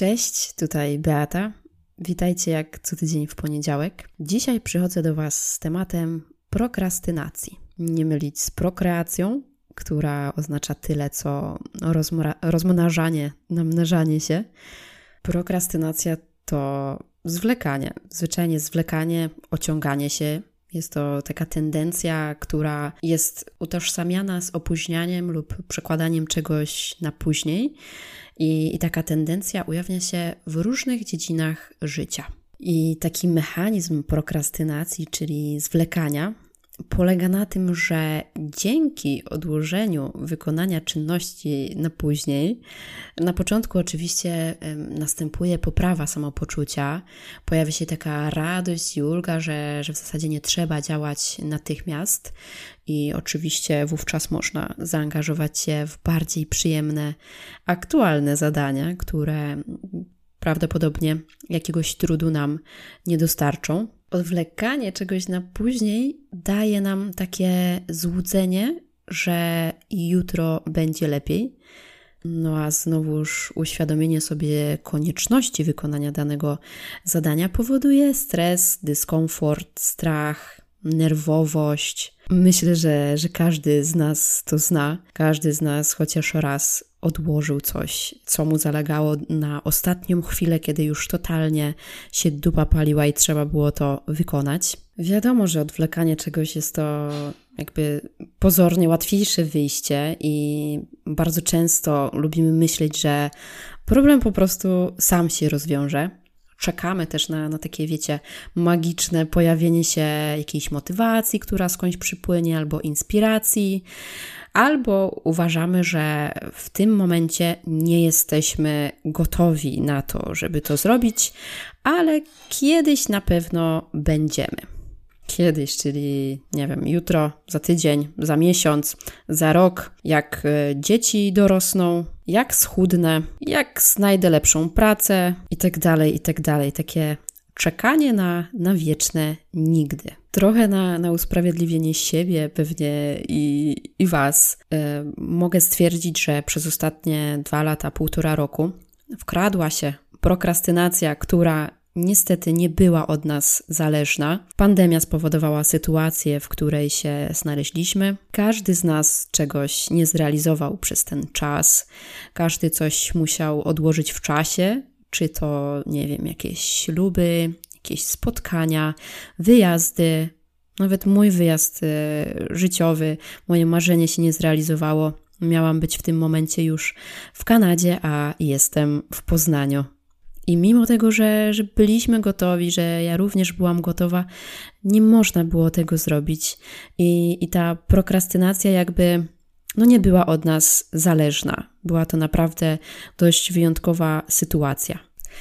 Cześć, tutaj Beata. Witajcie jak co tydzień w poniedziałek. Dzisiaj przychodzę do Was z tematem prokrastynacji. Nie mylić z prokreacją, która oznacza tyle co rozmnażanie, namnażanie się. Prokrastynacja to zwlekanie, zwyczajnie zwlekanie, ociąganie się. Jest to taka tendencja, która jest utożsamiana z opóźnianiem lub przekładaniem czegoś na później. I taka tendencja ujawnia się w różnych dziedzinach życia. I taki mechanizm prokrastynacji, czyli zwlekania, polega na tym, że dzięki odłożeniu wykonania czynności na później, na początku oczywiście następuje poprawa samopoczucia, pojawia się taka radość i ulga, że w zasadzie nie trzeba działać natychmiast i oczywiście wówczas można zaangażować się w bardziej przyjemne, aktualne zadania, które prawdopodobnie jakiegoś trudu nam nie dostarczą. Odwlekanie czegoś na później daje nam takie złudzenie, że jutro będzie lepiej. No a znowuż uświadomienie sobie konieczności wykonania danego zadania powoduje stres, dyskomfort, strach, nerwowość. Myślę, że każdy z nas to zna. Każdy z nas chociaż raz odłożył coś, co mu zalegało na ostatnią chwilę, kiedy już totalnie się dupa paliła i trzeba było to wykonać. Wiadomo, że odwlekanie czegoś jest to jakby pozornie łatwiejsze wyjście i bardzo często lubimy myśleć, że problem po prostu sam się rozwiąże. Czekamy też na takie, wiecie, magiczne pojawienie się jakiejś motywacji, która skądś przypłynie, albo inspiracji, albo uważamy, że w tym momencie nie jesteśmy gotowi na to, żeby to zrobić, ale kiedyś na pewno będziemy. Kiedyś, czyli nie wiem, jutro, za tydzień, za miesiąc, za rok, jak dzieci dorosną, jak schudnę, jak znajdę lepszą pracę i tak dalej, i tak dalej. Takie czekanie na wieczne nigdy. Trochę na usprawiedliwienie siebie pewnie i Was mogę stwierdzić, że przez ostatnie 2 lata, 1,5 roku wkradła się prokrastynacja, która niestety nie była od nas zależna. Pandemia spowodowała sytuację, w której się znaleźliśmy. Każdy z nas czegoś nie zrealizował przez ten czas. Każdy coś musiał odłożyć w czasie, czy to, nie wiem, jakieś śluby, jakieś spotkania, wyjazdy. Nawet mój wyjazd życiowy, moje marzenie się nie zrealizowało. Miałam być w tym momencie już w Kanadzie, a jestem w Poznaniu. I mimo tego, że byliśmy gotowi, że ja również byłam gotowa, nie można było tego zrobić. I ta prokrastynacja jakby nie była od nas zależna. Była to naprawdę dość wyjątkowa sytuacja.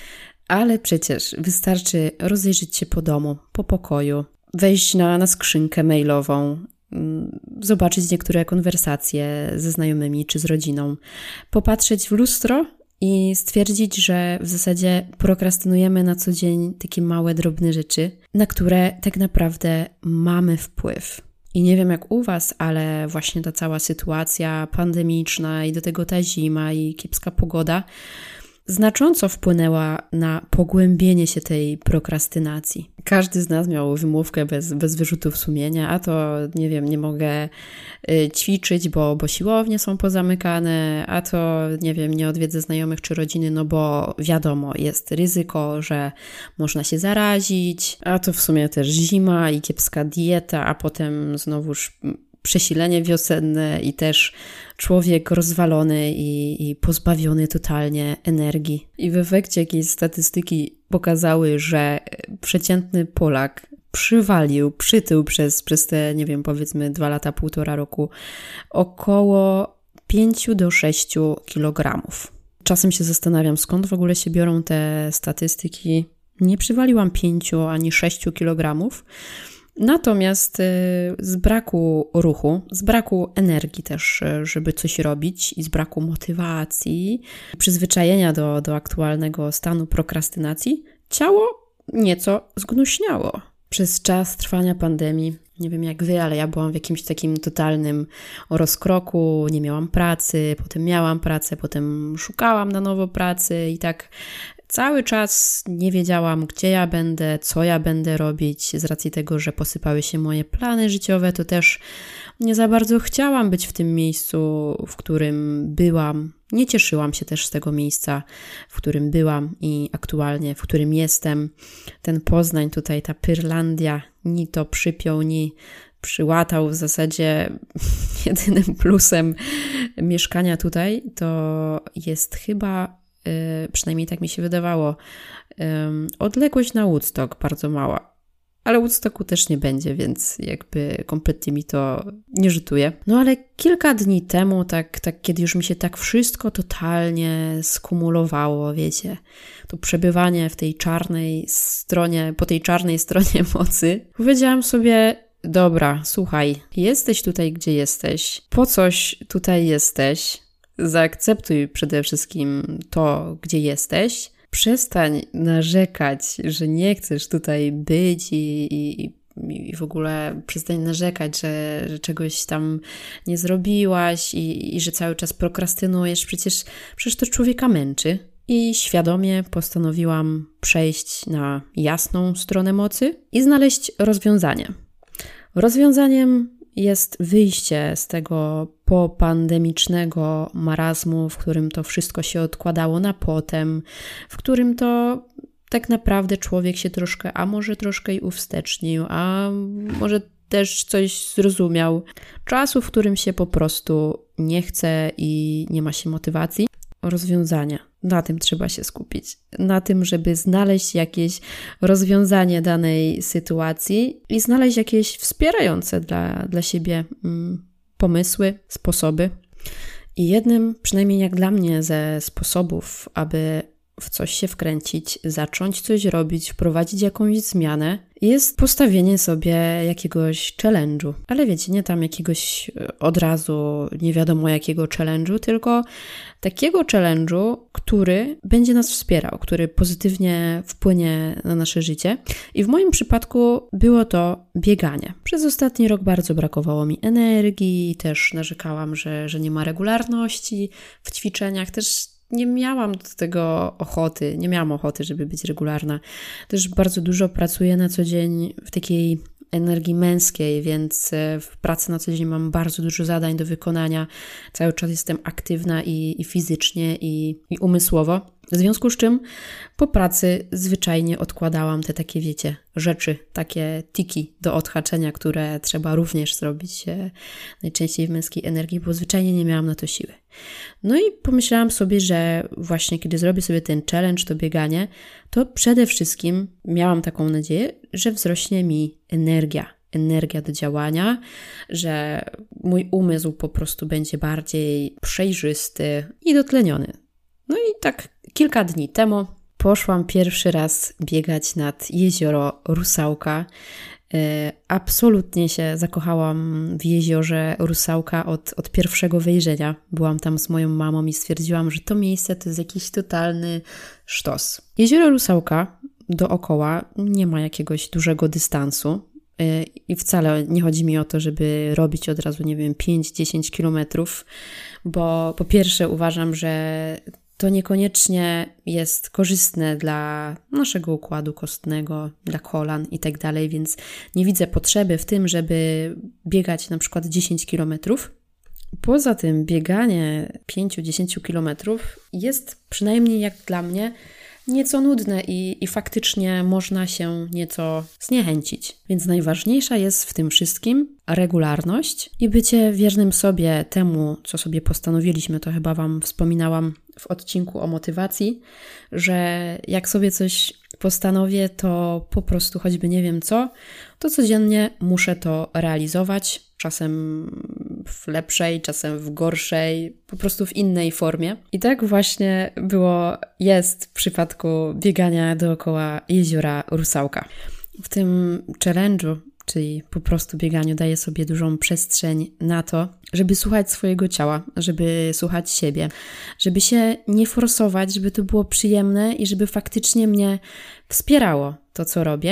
Ale przecież wystarczy rozejrzeć się po domu, po pokoju, wejść na skrzynkę mailową, zobaczyć niektóre konwersacje ze znajomymi czy z rodziną, popatrzeć w lustro i stwierdzić, że w zasadzie prokrastynujemy na co dzień takie małe, drobne rzeczy, na które tak naprawdę mamy wpływ. I nie wiem jak u Was, ale właśnie ta cała sytuacja pandemiczna i do tego ta zima i kiepska pogoda znacząco wpłynęła na pogłębienie się tej prokrastynacji. Każdy z nas miał wymówkę bez wyrzutów sumienia, a to, nie wiem, nie mogę ćwiczyć, bo siłownie są pozamykane, a to, nie wiem, nie odwiedzę znajomych czy rodziny, bo wiadomo, jest ryzyko, że można się zarazić, a to w sumie też zima i kiepska dieta, a potem znowuż przesilenie wiosenne i też człowiek rozwalony i pozbawiony totalnie energii. I w efekcie jakieś statystyki pokazały, że przeciętny Polak przytył przez te, nie wiem, powiedzmy 2 lata, 1,5 roku około 5 do 6 kilogramów. Czasem się zastanawiam, skąd w ogóle się biorą te statystyki. Nie przywaliłam 5 ani 6 kilogramów. Natomiast z braku ruchu, z braku energii też, żeby coś robić i z braku motywacji, przyzwyczajenia do aktualnego stanu prokrastynacji, ciało nieco zgnuśniało. Przez czas trwania pandemii Nie wiem jak wy, ale ja byłam w jakimś takim totalnym rozkroku, nie miałam pracy, potem miałam pracę, potem szukałam na nowo pracy i tak cały czas nie wiedziałam, gdzie ja będę, co ja będę robić. Z racji tego, że posypały się moje plany życiowe, to też nie za bardzo chciałam być w tym miejscu, w którym byłam. Nie cieszyłam się też z tego miejsca, w którym byłam i aktualnie, w którym jestem. Ten Poznań tutaj, ta Pyrlandia, ni to przypiął, ni przyłatał. W zasadzie jedynym plusem mieszkania tutaj to jest chyba, przynajmniej tak mi się wydawało, odległość na Woodstock bardzo mała. Ale Woodstocku też nie będzie, więc jakby kompletnie mi to nie rzutuje. No ale kilka dni temu, tak kiedy już mi się tak wszystko totalnie skumulowało, wiecie, to przebywanie w tej czarnej stronie, po tej czarnej stronie mocy, powiedziałam sobie, dobra, słuchaj, jesteś tutaj, gdzie jesteś, po coś tutaj jesteś, zaakceptuj przede wszystkim to, gdzie jesteś, przestań narzekać, że nie chcesz tutaj być i w ogóle przestań narzekać, że czegoś tam nie zrobiłaś i że cały czas prokrastynujesz. Przecież to człowieka męczy. I świadomie postanowiłam przejść na jasną stronę mocy i znaleźć rozwiązanie. Rozwiązaniem jest wyjście z tego popandemicznego marazmu, w którym to wszystko się odkładało na potem, w którym to tak naprawdę człowiek się troszkę, a może troszkę i uwstecznił, a może też coś zrozumiał. Czasu, w którym się po prostu nie chce i nie ma się motywacji. Rozwiązania. Na tym trzeba się skupić. Na tym, żeby znaleźć jakieś rozwiązanie danej sytuacji i znaleźć jakieś wspierające dla siebie pomysły, sposoby. I jednym, przynajmniej jak dla mnie, ze sposobów, aby w coś się wkręcić, zacząć coś robić, wprowadzić jakąś zmianę, jest postawienie sobie jakiegoś challenge'u. Ale wiecie, nie tam jakiegoś od razu nie wiadomo jakiego challenge'u, tylko takiego challenge'u, który będzie nas wspierał, który pozytywnie wpłynie na nasze życie. I w moim przypadku było to bieganie. Przez ostatni rok bardzo brakowało mi energii, też narzekałam, że nie ma regularności w ćwiczeniach, też nie miałam do tego ochoty, nie miałam ochoty, żeby być regularna. Też bardzo dużo pracuję na co dzień w takiej energii męskiej, więc w pracy na co dzień mam bardzo dużo zadań do wykonania. Cały czas jestem aktywna i fizycznie, i umysłowo. W związku z czym po pracy zwyczajnie odkładałam te takie, wiecie, rzeczy, takie tiki do odhaczenia, które trzeba również zrobić najczęściej w męskiej energii, bo zwyczajnie nie miałam na to siły. No i pomyślałam sobie, że właśnie kiedy zrobię sobie ten challenge, to bieganie, to przede wszystkim miałam taką nadzieję, że wzrośnie mi energia do działania, że mój umysł po prostu będzie bardziej przejrzysty i dotleniony. No i tak kilka dni temu poszłam pierwszy raz biegać nad jezioro Rusałka. Absolutnie się zakochałam w jeziorze Rusałka od pierwszego wejrzenia. Byłam tam z moją mamą i stwierdziłam, że to miejsce to jest jakiś totalny sztos. Jezioro Rusałka dookoła nie ma jakiegoś dużego dystansu. I wcale nie chodzi mi o to, żeby robić od razu, nie wiem, 5-10 kilometrów, bo po pierwsze uważam, że to niekoniecznie jest korzystne dla naszego układu kostnego, dla kolan i tak dalej, więc nie widzę potrzeby w tym, żeby biegać na przykład 10 kilometrów. Poza tym bieganie 5-10 kilometrów jest przynajmniej jak dla mnie nieco nudne i faktycznie można się nieco zniechęcić. Więc najważniejsza jest w tym wszystkim regularność i bycie wiernym sobie temu, co sobie postanowiliśmy. To chyba Wam wspominałam w odcinku o motywacji, że jak sobie coś postanowię, to po prostu choćby nie wiem co, to codziennie muszę to realizować. Czasem w lepszej, czasem w gorszej, po prostu w innej formie. I tak właśnie jest w przypadku biegania dookoła jeziora Rusałka. W tym challenge'u, czyli po prostu bieganiu, daję sobie dużą przestrzeń na to, żeby słuchać swojego ciała, żeby słuchać siebie, żeby się nie forsować, żeby to było przyjemne i żeby faktycznie mnie wspierało to, co robię.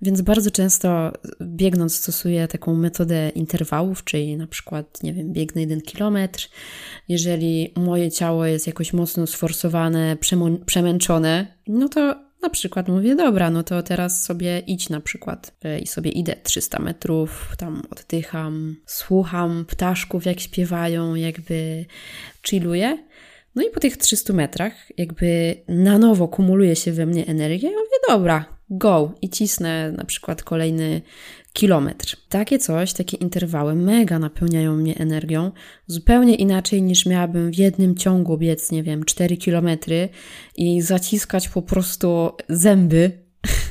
Więc bardzo często biegnąc stosuję taką metodę interwałów, czyli na przykład, nie wiem, biegnę 1 kilometr. Jeżeli moje ciało jest jakoś mocno sforsowane, przemęczone, no to na przykład mówię, dobra, no to teraz sobie idź na przykład i sobie idę 300 metrów, tam oddycham, słucham ptaszków jak śpiewają, jakby chilluję. No i po tych 300 metrach jakby na nowo kumuluje się we mnie energia i mówię, dobra, go i cisnę na przykład kolejny kilometr. Takie coś, takie interwały mega napełniają mnie energią, zupełnie inaczej niż miałabym w jednym ciągu biec, nie wiem, 4 kilometry i zaciskać po prostu zęby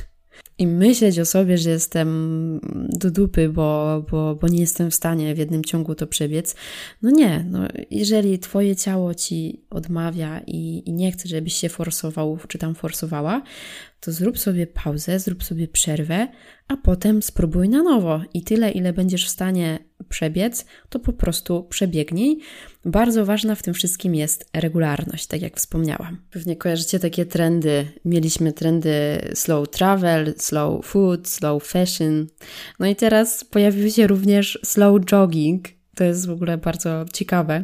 i myśleć o sobie, że jestem do dupy, bo nie jestem w stanie w jednym ciągu to przebiec. No nie, no jeżeli twoje ciało ci odmawia i nie chce, żebyś się forsował, czy tam forsowała, to zrób sobie pauzę, zrób sobie przerwę, a potem spróbuj na nowo. I tyle, ile będziesz w stanie przebiec, to po prostu przebiegnij. Bardzo ważna w tym wszystkim jest regularność, tak jak wspomniałam. Pewnie kojarzycie takie trendy. Mieliśmy trendy slow travel, slow food, slow fashion. No i teraz pojawił się również slow jogging. To jest w ogóle bardzo ciekawe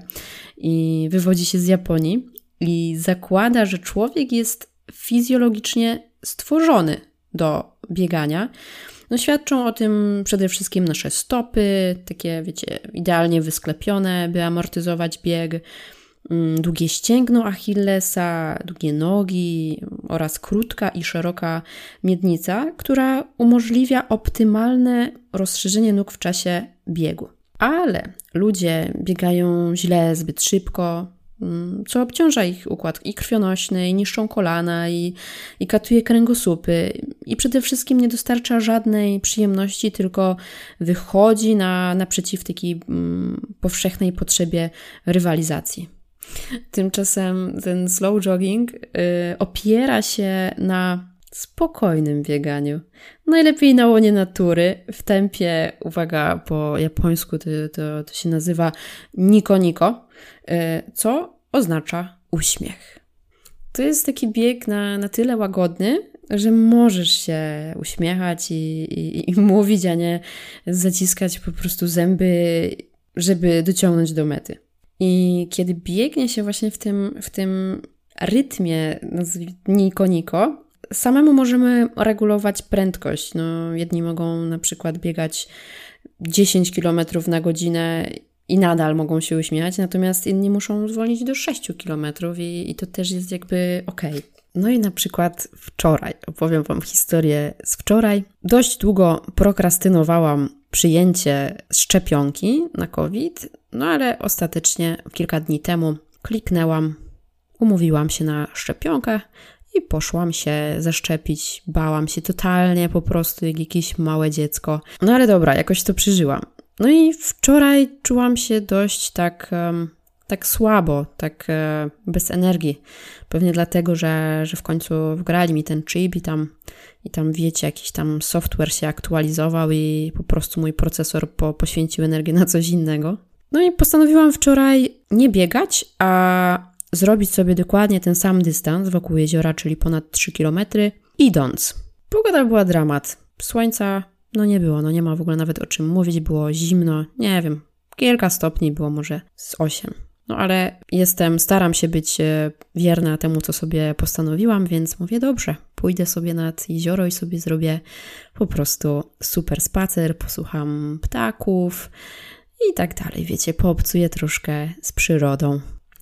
i wywodzi się z Japonii i zakłada, że człowiek jest fizjologicznie stworzony do biegania. No świadczą o tym przede wszystkim nasze stopy, takie wiecie, idealnie wysklepione, by amortyzować bieg, długie ścięgno Achillesa, długie nogi oraz krótka i szeroka miednica, która umożliwia optymalne rozszerzenie nóg w czasie biegu. Ale ludzie biegają źle, zbyt szybko, co obciąża ich układ i krwionośny, i niszczą kolana, i katuje kręgosłupy. I przede wszystkim nie dostarcza żadnej przyjemności, tylko wychodzi naprzeciw takiej powszechnej potrzebie rywalizacji. Tymczasem ten slow jogging opiera się na spokojnym bieganiu. Najlepiej na łonie natury, w tempie, uwaga, po japońsku to się nazywa niko, co oznacza uśmiech. To jest taki bieg na tyle łagodny, że możesz się uśmiechać i mówić, a nie zaciskać po prostu zęby, żeby dociągnąć do mety. I kiedy biegnie się właśnie w tym rytmie niko, samemu możemy regulować prędkość. No, jedni mogą na przykład biegać 10 km na godzinę i nadal mogą się uśmiechać, natomiast inni muszą zwolnić do 6 km i to też jest jakby okej. No i na przykład wczoraj, opowiem Wam historię z wczoraj. Dość długo prokrastynowałam przyjęcie szczepionki na COVID, no ale ostatecznie kilka dni temu kliknęłam, umówiłam się na szczepionkę i poszłam się zaszczepić. Bałam się totalnie po prostu jak jakieś małe dziecko. No ale dobra, jakoś to przeżyłam. No i wczoraj czułam się dość tak słabo, bez energii. Pewnie dlatego, że w końcu wgrali mi ten chip i tam wiecie, jakiś tam software się aktualizował i po prostu mój procesor poświęcił energię na coś innego. No i postanowiłam wczoraj nie biegać, a zrobić sobie dokładnie ten sam dystans wokół jeziora, czyli ponad 3 km, idąc. Pogoda była dramat. Słońca nie było, nie ma w ogóle nawet o czym mówić, było zimno, nie wiem, kilka stopni było może z 8. No ale staram się być wierna temu, co sobie postanowiłam, więc mówię, dobrze, pójdę sobie nad jezioro i sobie zrobię po prostu super spacer, posłucham ptaków i tak dalej, wiecie, poobcuję troszkę z przyrodą.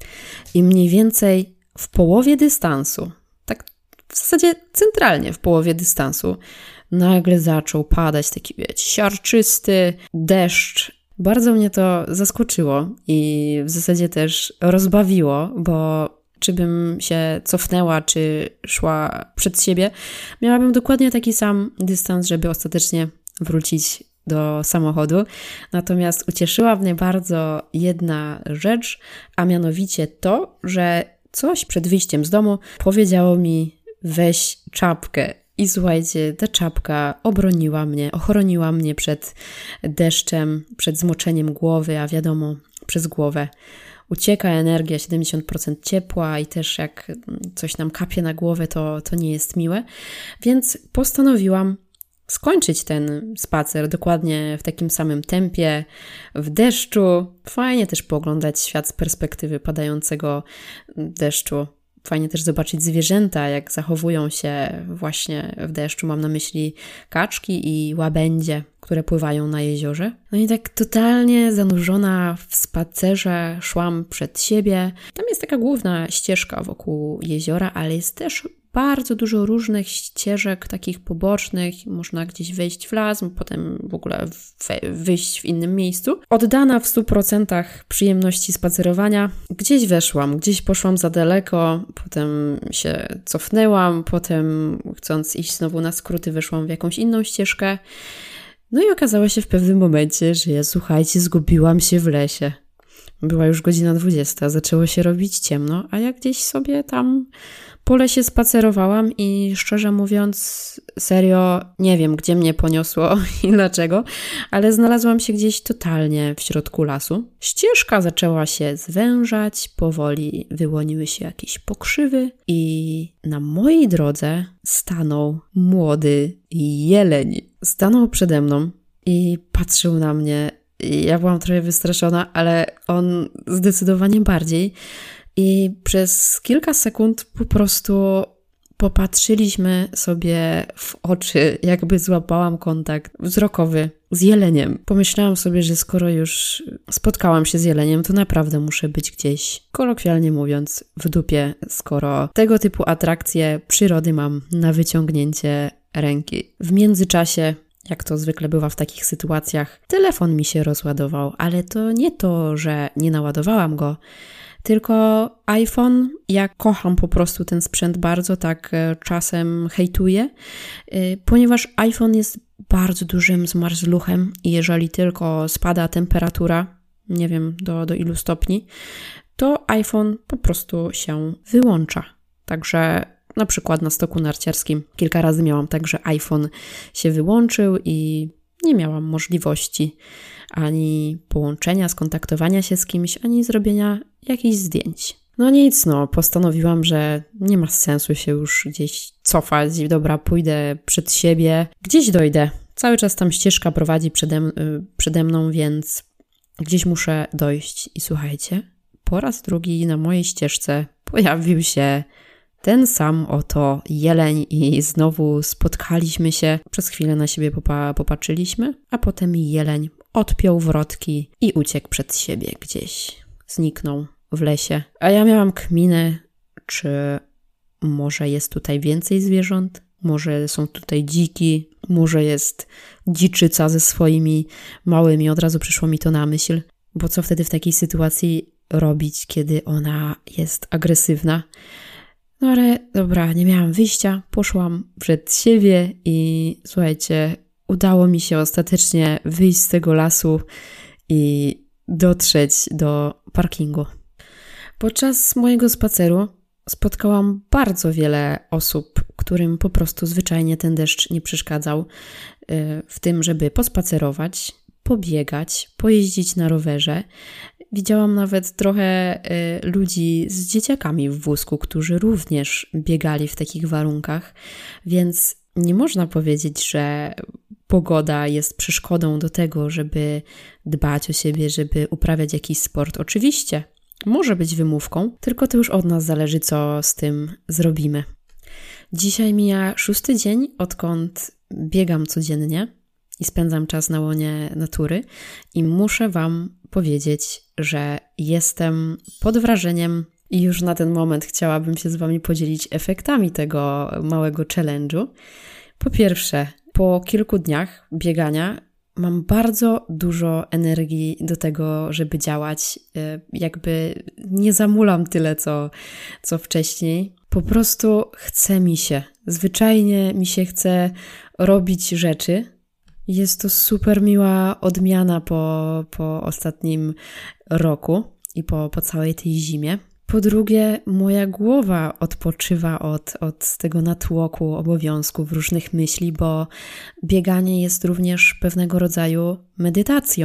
I mniej więcej w połowie dystansu, tak w zasadzie centralnie w połowie dystansu, nagle zaczął padać taki, wiecie, siarczysty deszcz. Bardzo mnie to zaskoczyło i w zasadzie też rozbawiło, bo czy bym się cofnęła, czy szła przed siebie, miałabym dokładnie taki sam dystans, żeby ostatecznie wrócić do samochodu. Natomiast ucieszyła mnie bardzo jedna rzecz, a mianowicie to, że coś przed wyjściem z domu powiedziało mi: weź czapkę. I słuchajcie, ta czapka ochroniła mnie przed deszczem, przed zmoczeniem głowy, a wiadomo, przez głowę ucieka energia, 70% ciepła i też jak coś nam kapie na głowę, to nie jest miłe. Więc postanowiłam skończyć ten spacer dokładnie w takim samym tempie, w deszczu. Fajnie też pooglądać świat z perspektywy padającego deszczu. Fajnie też zobaczyć zwierzęta, jak zachowują się właśnie w deszczu. Mam na myśli kaczki i łabędzie, które pływają na jeziorze. No i tak totalnie zanurzona w spacerze szłam przed siebie. Tam jest taka główna ścieżka wokół jeziora, ale jest też bardzo dużo różnych ścieżek takich pobocznych. Można gdzieś wejść w las, potem w ogóle wyjść w innym miejscu. Oddana w 100% przyjemności spacerowania. Gdzieś weszłam, gdzieś poszłam za daleko, potem się cofnęłam, potem chcąc iść znowu na skróty weszłam w jakąś inną ścieżkę. No i okazało się w pewnym momencie, że ja, słuchajcie, zgubiłam się w lesie. Była już godzina 20, zaczęło się robić ciemno, a ja gdzieś sobie tam po lesie spacerowałam i szczerze mówiąc, serio nie wiem, gdzie mnie poniosło i dlaczego, ale znalazłam się gdzieś totalnie w środku lasu. Ścieżka zaczęła się zwężać, powoli wyłoniły się jakieś pokrzywy i na mojej drodze stanął młody jeleń. Stanął przede mną i patrzył na mnie. Ja byłam trochę wystraszona, ale on zdecydowanie bardziej. I przez kilka sekund po prostu popatrzyliśmy sobie w oczy, jakby złapałam kontakt wzrokowy z jeleniem. Pomyślałam sobie, że skoro już spotkałam się z jeleniem, to naprawdę muszę być gdzieś, kolokwialnie mówiąc, w dupie, skoro tego typu atrakcje przyrody mam na wyciągnięcie ręki. W międzyczasie, jak to zwykle bywa w takich sytuacjach, telefon mi się rozładował, ale to nie to, że nie naładowałam go, tylko iPhone, ja kocham po prostu ten sprzęt bardzo, tak czasem hejtuję, ponieważ iPhone jest bardzo dużym zmarzluchem i jeżeli tylko spada temperatura, nie wiem do ilu stopni, to iPhone po prostu się wyłącza. Także na przykład na stoku narciarskim kilka razy miałam tak, że iPhone się wyłączył i nie miałam możliwości ani połączenia, skontaktowania się z kimś, ani zrobienia jakichś zdjęć. No nic, postanowiłam, że nie ma sensu się już gdzieś cofać. Dobra, pójdę przed siebie, gdzieś dojdę. Cały czas tam ścieżka prowadzi przede mną, więc gdzieś muszę dojść. I słuchajcie, po raz drugi na mojej ścieżce pojawił się ten sam oto jeleń i znowu spotkaliśmy się. Przez chwilę na siebie popatrzyliśmy, a potem jeleń odpiął wrotki i uciekł przed siebie gdzieś. Zniknął w lesie. A ja miałam kminę, czy może jest tutaj więcej zwierząt? Może są tutaj dziki? Może jest dziczyca ze swoimi małymi? Od razu przyszło mi to na myśl. Bo co wtedy w takiej sytuacji robić, kiedy ona jest agresywna? No ale dobra, nie miałam wyjścia, poszłam przed siebie i słuchajcie, udało mi się ostatecznie wyjść z tego lasu i dotrzeć do parkingu. Podczas mojego spaceru spotkałam bardzo wiele osób, którym po prostu zwyczajnie ten deszcz nie przeszkadzał w tym, żeby pospacerować, pobiegać, pojeździć na rowerze. Widziałam nawet trochę ludzi z dzieciakami w wózku, którzy również biegali w takich warunkach, więc nie można powiedzieć, że pogoda jest przeszkodą do tego, żeby dbać o siebie, żeby uprawiać jakiś sport. Oczywiście może być wymówką, tylko to już od nas zależy, co z tym zrobimy. Dzisiaj mija 6. dzień, odkąd biegam codziennie i spędzam czas na łonie natury i muszę Wam powiedzieć, że jestem pod wrażeniem i już na ten moment chciałabym się z Wami podzielić efektami tego małego challenge'u. Po pierwsze, po kilku dniach biegania mam bardzo dużo energii do tego, żeby działać. Jakby nie zamulam tyle, co wcześniej. Po prostu chce mi się. Zwyczajnie mi się chce robić rzeczy. Jest to super miła odmiana po ostatnim roku i po całej tej zimie. Po drugie, moja głowa odpoczywa od tego natłoku obowiązków, różnych myśli, bo bieganie jest również pewnego rodzaju medytacją.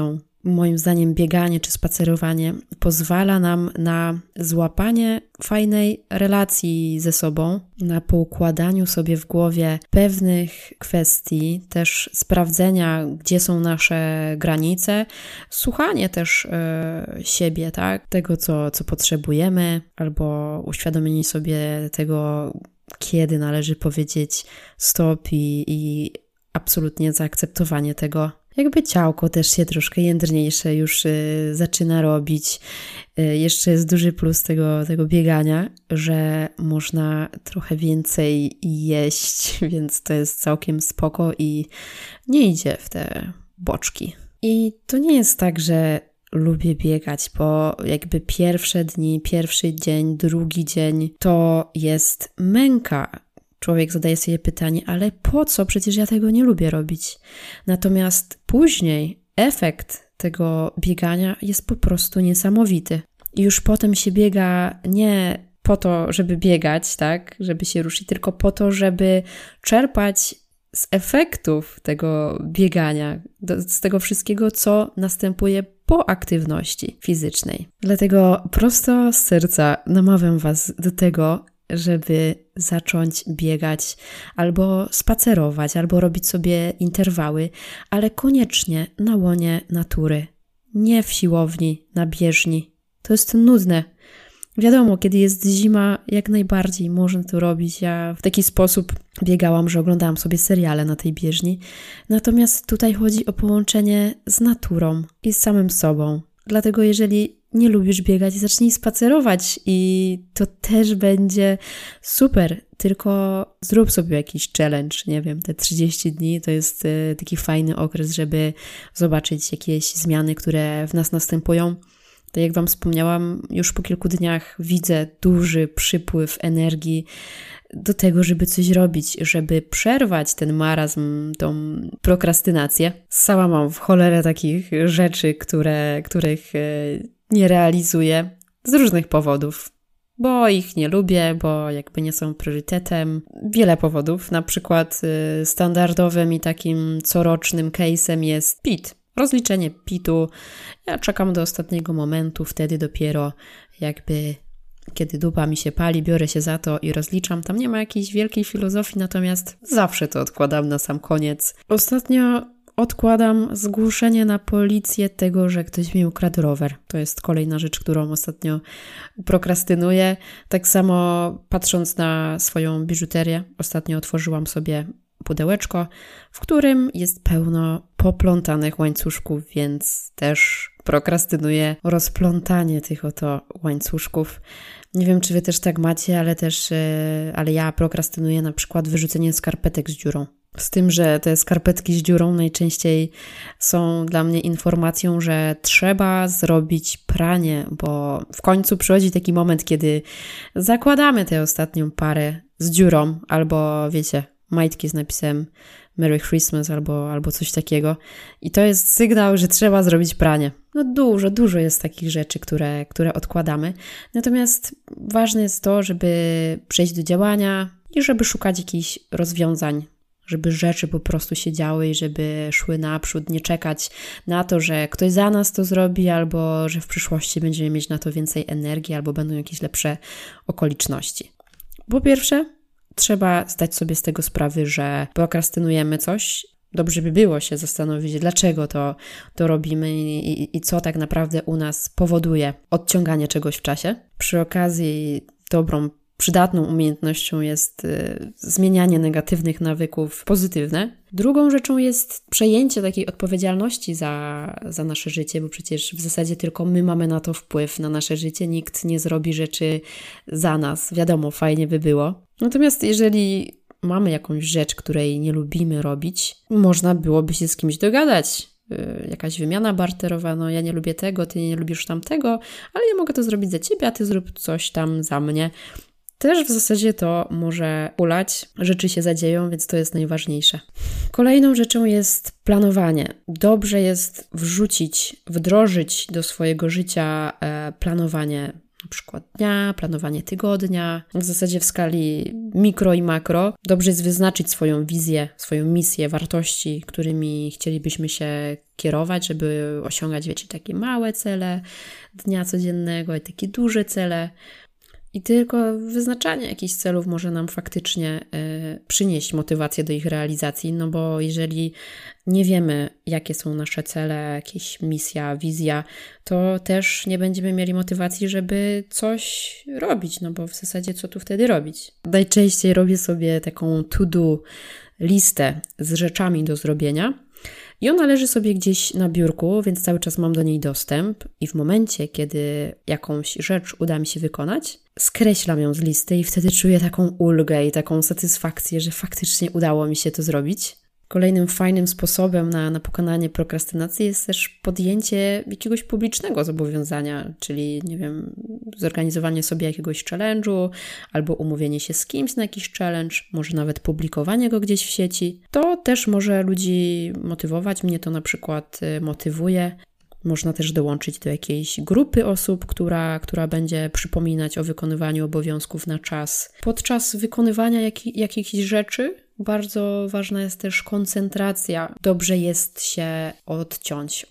moim zdaniem bieganie czy spacerowanie pozwala nam na złapanie fajnej relacji ze sobą, na poukładaniu sobie w głowie pewnych kwestii, też sprawdzenia, gdzie są nasze granice, słuchanie też siebie, tak? Tego, co potrzebujemy, albo uświadomienie sobie tego, kiedy należy powiedzieć stop i absolutnie zaakceptowanie tego. Jakby ciałko też się troszkę jędrniejsze już zaczyna robić. Jeszcze jest duży plus tego biegania, że można trochę więcej jeść, więc to jest całkiem spoko i nie idzie w te boczki. I to nie jest tak, że lubię biegać, bo jakby pierwsze dni, pierwszy dzień, drugi dzień to jest męka. Człowiek zadaje sobie pytanie, ale po co? Przecież ja tego nie lubię robić. Natomiast później efekt tego biegania jest po prostu niesamowity. I już potem się biega nie po to, żeby biegać, tak, żeby się ruszyć, tylko po to, żeby czerpać z efektów tego biegania, z tego wszystkiego, co następuje po aktywności fizycznej. Dlatego prosto z serca namawiam Was do tego, żeby zacząć biegać albo spacerować, albo robić sobie interwały, ale koniecznie na łonie natury, nie w siłowni, na bieżni. To jest nudne. Wiadomo, kiedy jest zima, jak najbardziej można to robić. Ja w taki sposób biegałam, że oglądałam sobie seriale na tej bieżni. Natomiast tutaj chodzi o połączenie z naturą i z samym sobą. Dlatego jeżeli nie lubisz biegać, zacznij spacerować i to też będzie super. Tylko zrób sobie jakiś challenge, nie wiem, te 30 dni to jest taki fajny okres, żeby zobaczyć jakieś zmiany, które w nas następują. Tak jak Wam wspomniałam, już po kilku dniach widzę duży przypływ energii do tego, żeby coś robić, żeby przerwać ten marazm, tą prokrastynację. Sama mam w cholerę takich rzeczy, których nie realizuję z różnych powodów. Bo ich nie lubię, bo jakby nie są priorytetem. Wiele powodów, na przykład standardowym i takim corocznym case'em jest PIT. Rozliczenie PIT-u. Ja czekam do ostatniego momentu, wtedy dopiero jakby kiedy dupa mi się pali, biorę się za to i rozliczam. Tam nie ma jakiejś wielkiej filozofii, natomiast zawsze to odkładam na sam koniec. Ostatnio odkładam zgłoszenie na policję tego, że ktoś mi ukradł rower. To jest kolejna rzecz, którą ostatnio prokrastynuję. Tak samo patrząc na swoją biżuterię, ostatnio otworzyłam sobie pudełeczko, w którym jest pełno poplątanych łańcuszków, więc też prokrastynuję rozplątanie tych oto łańcuszków. Nie wiem, czy Wy też tak macie, ale ja prokrastynuję na przykład wyrzucenie skarpetek z dziurą. Z tym, że te skarpetki z dziurą najczęściej są dla mnie informacją, że trzeba zrobić pranie, bo w końcu przychodzi taki moment, kiedy zakładamy tę ostatnią parę z dziurą, albo wiecie, majtki z napisem Merry Christmas albo coś takiego. I to jest sygnał, że trzeba zrobić pranie. No dużo jest takich rzeczy, które odkładamy. Natomiast ważne jest to, żeby przejść do działania i żeby szukać jakichś rozwiązań, żeby rzeczy po prostu się działy i żeby szły naprzód, nie czekać na to, że ktoś za nas to zrobi, albo że w przyszłości będziemy mieć na to więcej energii, albo będą jakieś lepsze okoliczności. Po pierwsze, trzeba zdać sobie z tego sprawy, że prokrastynujemy coś. Dobrze by było się zastanowić, dlaczego to robimy i co tak naprawdę u nas powoduje odciąganie czegoś w czasie. Przy okazji dobrą, przydatną umiejętnością jest zmienianie negatywnych nawyków w pozytywne. Drugą rzeczą jest przejęcie takiej odpowiedzialności za nasze życie, bo przecież w zasadzie tylko my mamy na to wpływ, na nasze życie. Nikt nie zrobi rzeczy za nas. Wiadomo, fajnie by było. Natomiast jeżeli mamy jakąś rzecz, której nie lubimy robić, można byłoby się z kimś dogadać. Jakaś wymiana barterowa, no ja nie lubię tego, ty nie lubisz tamtego, ale ja mogę to zrobić za ciebie, a ty zrób coś tam za mnie. Też w zasadzie to może ulać, rzeczy się zadzieją, więc to jest najważniejsze. Kolejną rzeczą jest planowanie. Dobrze jest wdrożyć do swojego życia planowanie na przykład dnia, planowanie tygodnia, w zasadzie w skali mikro i makro. Dobrze jest wyznaczyć swoją wizję, swoją misję, wartości, którymi chcielibyśmy się kierować, żeby osiągać, wiecie, takie małe cele dnia codziennego i takie duże cele. I tylko wyznaczanie jakichś celów może nam faktycznie przynieść motywację do ich realizacji, no bo jeżeli nie wiemy, jakie są nasze cele, jakaś misja, wizja, to też nie będziemy mieli motywacji, żeby coś robić, no bo w zasadzie co tu wtedy robić? Najczęściej robię sobie taką to-do listę z rzeczami do zrobienia i ona leży sobie gdzieś na biurku, więc cały czas mam do niej dostęp i w momencie, kiedy jakąś rzecz uda mi się wykonać, skreślam ją z listy i wtedy czuję taką ulgę i taką satysfakcję, że faktycznie udało mi się to zrobić. Kolejnym fajnym sposobem na pokonanie prokrastynacji jest też podjęcie jakiegoś publicznego zobowiązania, czyli, nie wiem, zorganizowanie sobie jakiegoś challenge'u albo umówienie się z kimś na jakiś challenge, może nawet publikowanie go gdzieś w sieci. To też może ludzi motywować, mnie to na przykład motywuje. Można też dołączyć do jakiejś grupy osób, która będzie przypominać o wykonywaniu obowiązków na czas. Podczas wykonywania jakichś rzeczy bardzo ważna jest też koncentracja. Dobrze jest się odciąć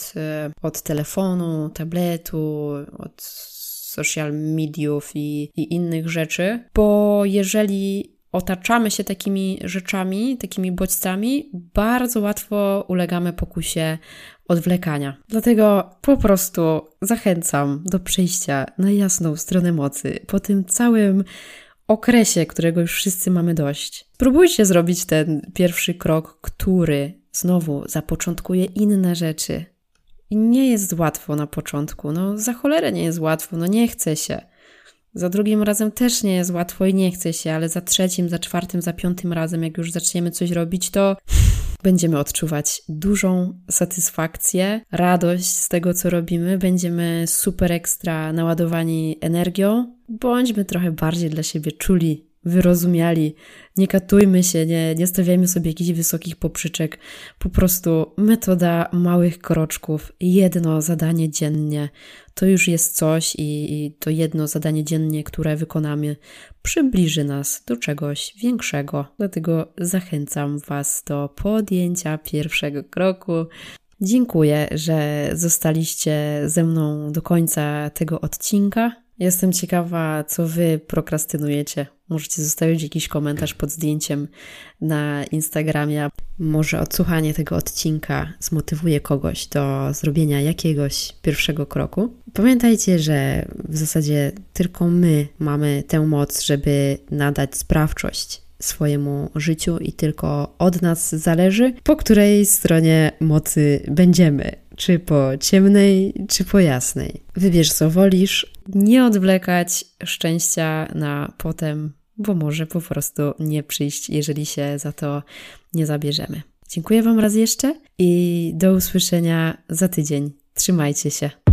od telefonu, tabletu, od social mediów i innych rzeczy, bo jeżeli otaczamy się takimi rzeczami, takimi bodźcami, bardzo łatwo ulegamy pokusie odwlekania. Dlatego po prostu zachęcam do przejścia na jasną stronę mocy po tym całym okresie, którego już wszyscy mamy dość. Spróbujcie zrobić ten pierwszy krok, który znowu zapoczątkuje inne rzeczy. I nie jest łatwo na początku, za cholerę nie jest łatwo, nie chce się. Za drugim razem też nie jest łatwo i nie chce się, ale za trzecim, za czwartym, za piątym razem, jak już zaczniemy coś robić, to będziemy odczuwać dużą satysfakcję, radość z tego, co robimy. Będziemy super ekstra naładowani energią. Bądźmy trochę bardziej dla siebie czuli, wyrozumiali. Nie katujmy się, nie stawiajmy sobie jakichś wysokich poprzeczek. Po prostu metoda małych kroczków, jedno zadanie dziennie. To już jest coś i to jedno zadanie dziennie, które wykonamy, przybliży nas do czegoś większego. Dlatego zachęcam Was do podjęcia pierwszego kroku. Dziękuję, że zostaliście ze mną do końca tego odcinka. Jestem ciekawa, co Wy prokrastynujecie. Możecie zostawić jakiś komentarz pod zdjęciem na Instagramie. Może odsłuchanie tego odcinka zmotywuje kogoś do zrobienia jakiegoś pierwszego kroku. Pamiętajcie, że w zasadzie tylko my mamy tę moc, żeby nadać sprawczość swojemu życiu i tylko od nas zależy, po której stronie mocy będziemy. Czy po ciemnej, czy po jasnej. Wybierz, co wolisz. Nie odwlekać szczęścia na potem, bo może po prostu nie przyjść, jeżeli się za to nie zabierzemy. Dziękuję Wam raz jeszcze i do usłyszenia za tydzień. Trzymajcie się.